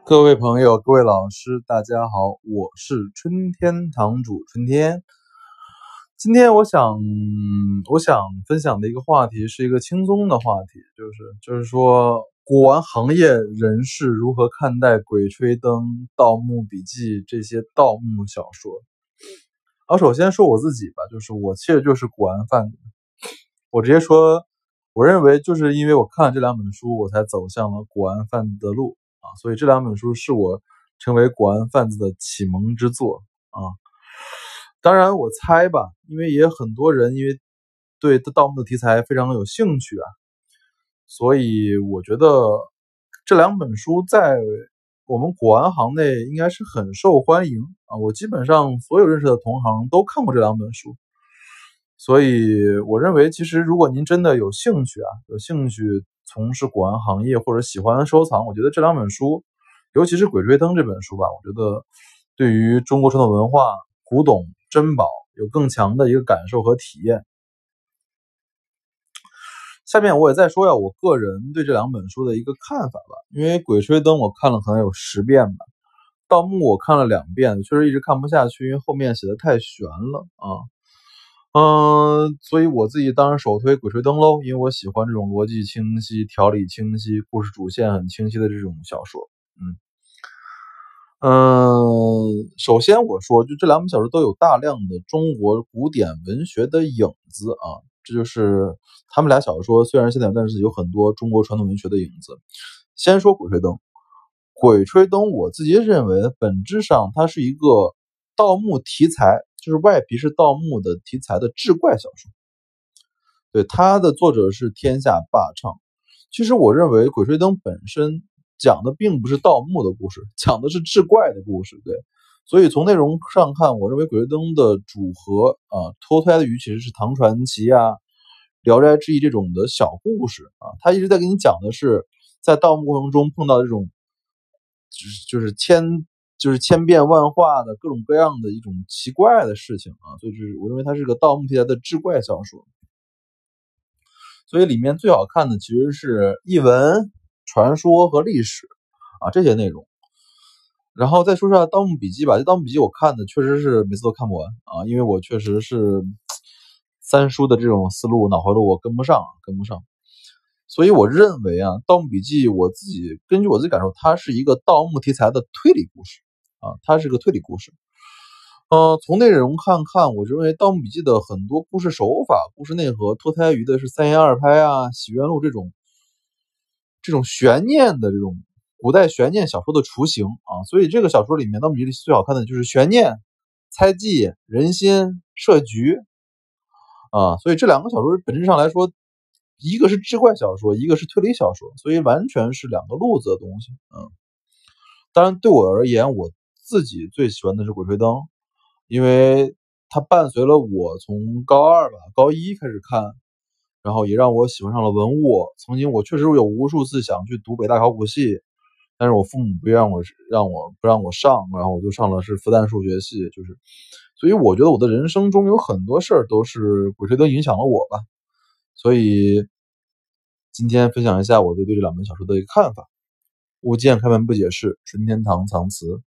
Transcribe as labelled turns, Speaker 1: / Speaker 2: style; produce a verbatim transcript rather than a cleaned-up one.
Speaker 1: 各位朋友，各位老师，大家好，我是春天堂主春天。今天我想，我想分享的一个话题是一个轻松的话题，就是就是说，古玩行业人士如何看待《鬼吹灯》《盗墓笔记》这些盗墓小说。好，首先说我自己吧，就是我其实就是古玩贩子，我直接说，我认为就是因为我看了这两本书，我才走向了古玩贩子的路啊，所以这两本书是我成为古玩贩子的启蒙之作啊。当然，我猜吧，因为也有很多人因为对盗墓的题材非常有兴趣啊，所以我觉得这两本书在我们古玩行内应该是很受欢迎啊。我基本上所有认识的同行都看过这两本书，所以我认为，其实如果您真的有兴趣啊，有兴趣从事古玩行业或者喜欢收藏，我觉得这两本书，尤其是《鬼吹灯》这本书吧，我觉得对于中国传统文化、古董、珍宝有更强的一个感受和体验。下面我也再说一下我个人对这两本书的一个看法吧。因为《鬼吹灯》我看了可能有十遍吧，《盗墓》我看了两遍，确实一直看不下去，因为后面写的太悬了啊。嗯，所以我自己当然首推《鬼吹灯》喽，因为我喜欢这种逻辑清晰、条理清晰、故事主线很清晰的这种小说。嗯嗯，首先我说，就这两本小说都有大量的中国古典文学的影子啊，这就是他们俩小说虽然现在但是有很多中国传统文学的影子。先说《鬼吹灯》，《鬼吹灯》我自己认为本质上它是一个盗墓题材，就是外皮是盗墓的题材的志怪小说。对，它的作者是天下霸唱。其实我认为《鬼吹灯》本身讲的并不是盗墓的故事，讲的是志怪的故事。对，所以从内容上看，我认为《鬼吹灯》的主核啊，脱胎的于其实是唐传奇啊、聊斋志异这种的小故事啊，他一直在给你讲的是在盗墓过程中碰到这种就是就是千就是千变万化的各种各样的一种奇怪的事情啊，所以就是我认为它是个盗墓题材的志怪小说。所以里面最好看的其实是译文、传说和历史啊这些内容。然后再说说《下《盗墓笔记》吧，这《盗墓笔记》我看的确实是每次都看不完啊，因为我确实是三书的这种思路脑回路我跟不上，跟不上。所以我认为啊，《盗墓笔记》我自己根据我自己感受，它是一个盗墓题材的推理故事啊，它是个推理故事。呃，从内容看看，我认为《盗墓笔记》的很多故事手法、故事内核脱胎于的是三言二拍啊、洗冤录这种这种悬念的这种古代悬念小说的雏形啊。所以这个小说里面，《盗墓笔记》里最好看的就是悬念、猜忌、人心、设局啊。所以这两个小说本质上来说，一个是志怪小说，一个是推理小说，所以完全是两个路子的东西。嗯，当然对我而言，我自己最喜欢的是《鬼吹灯》。因为它伴随了我从高二吧、高一开始看，然后也让我喜欢上了文物。曾经我确实有无数次想去读北大考古系，但是我父母不让我让我不让我上，然后我就上了是复旦数学系，就是，所以我觉得我的人生中有很多事儿都是《鬼吹灯》影响了我吧。所以今天分享一下我对对这两本小说的一个看法。勿见开门不解释，纯天堂藏词。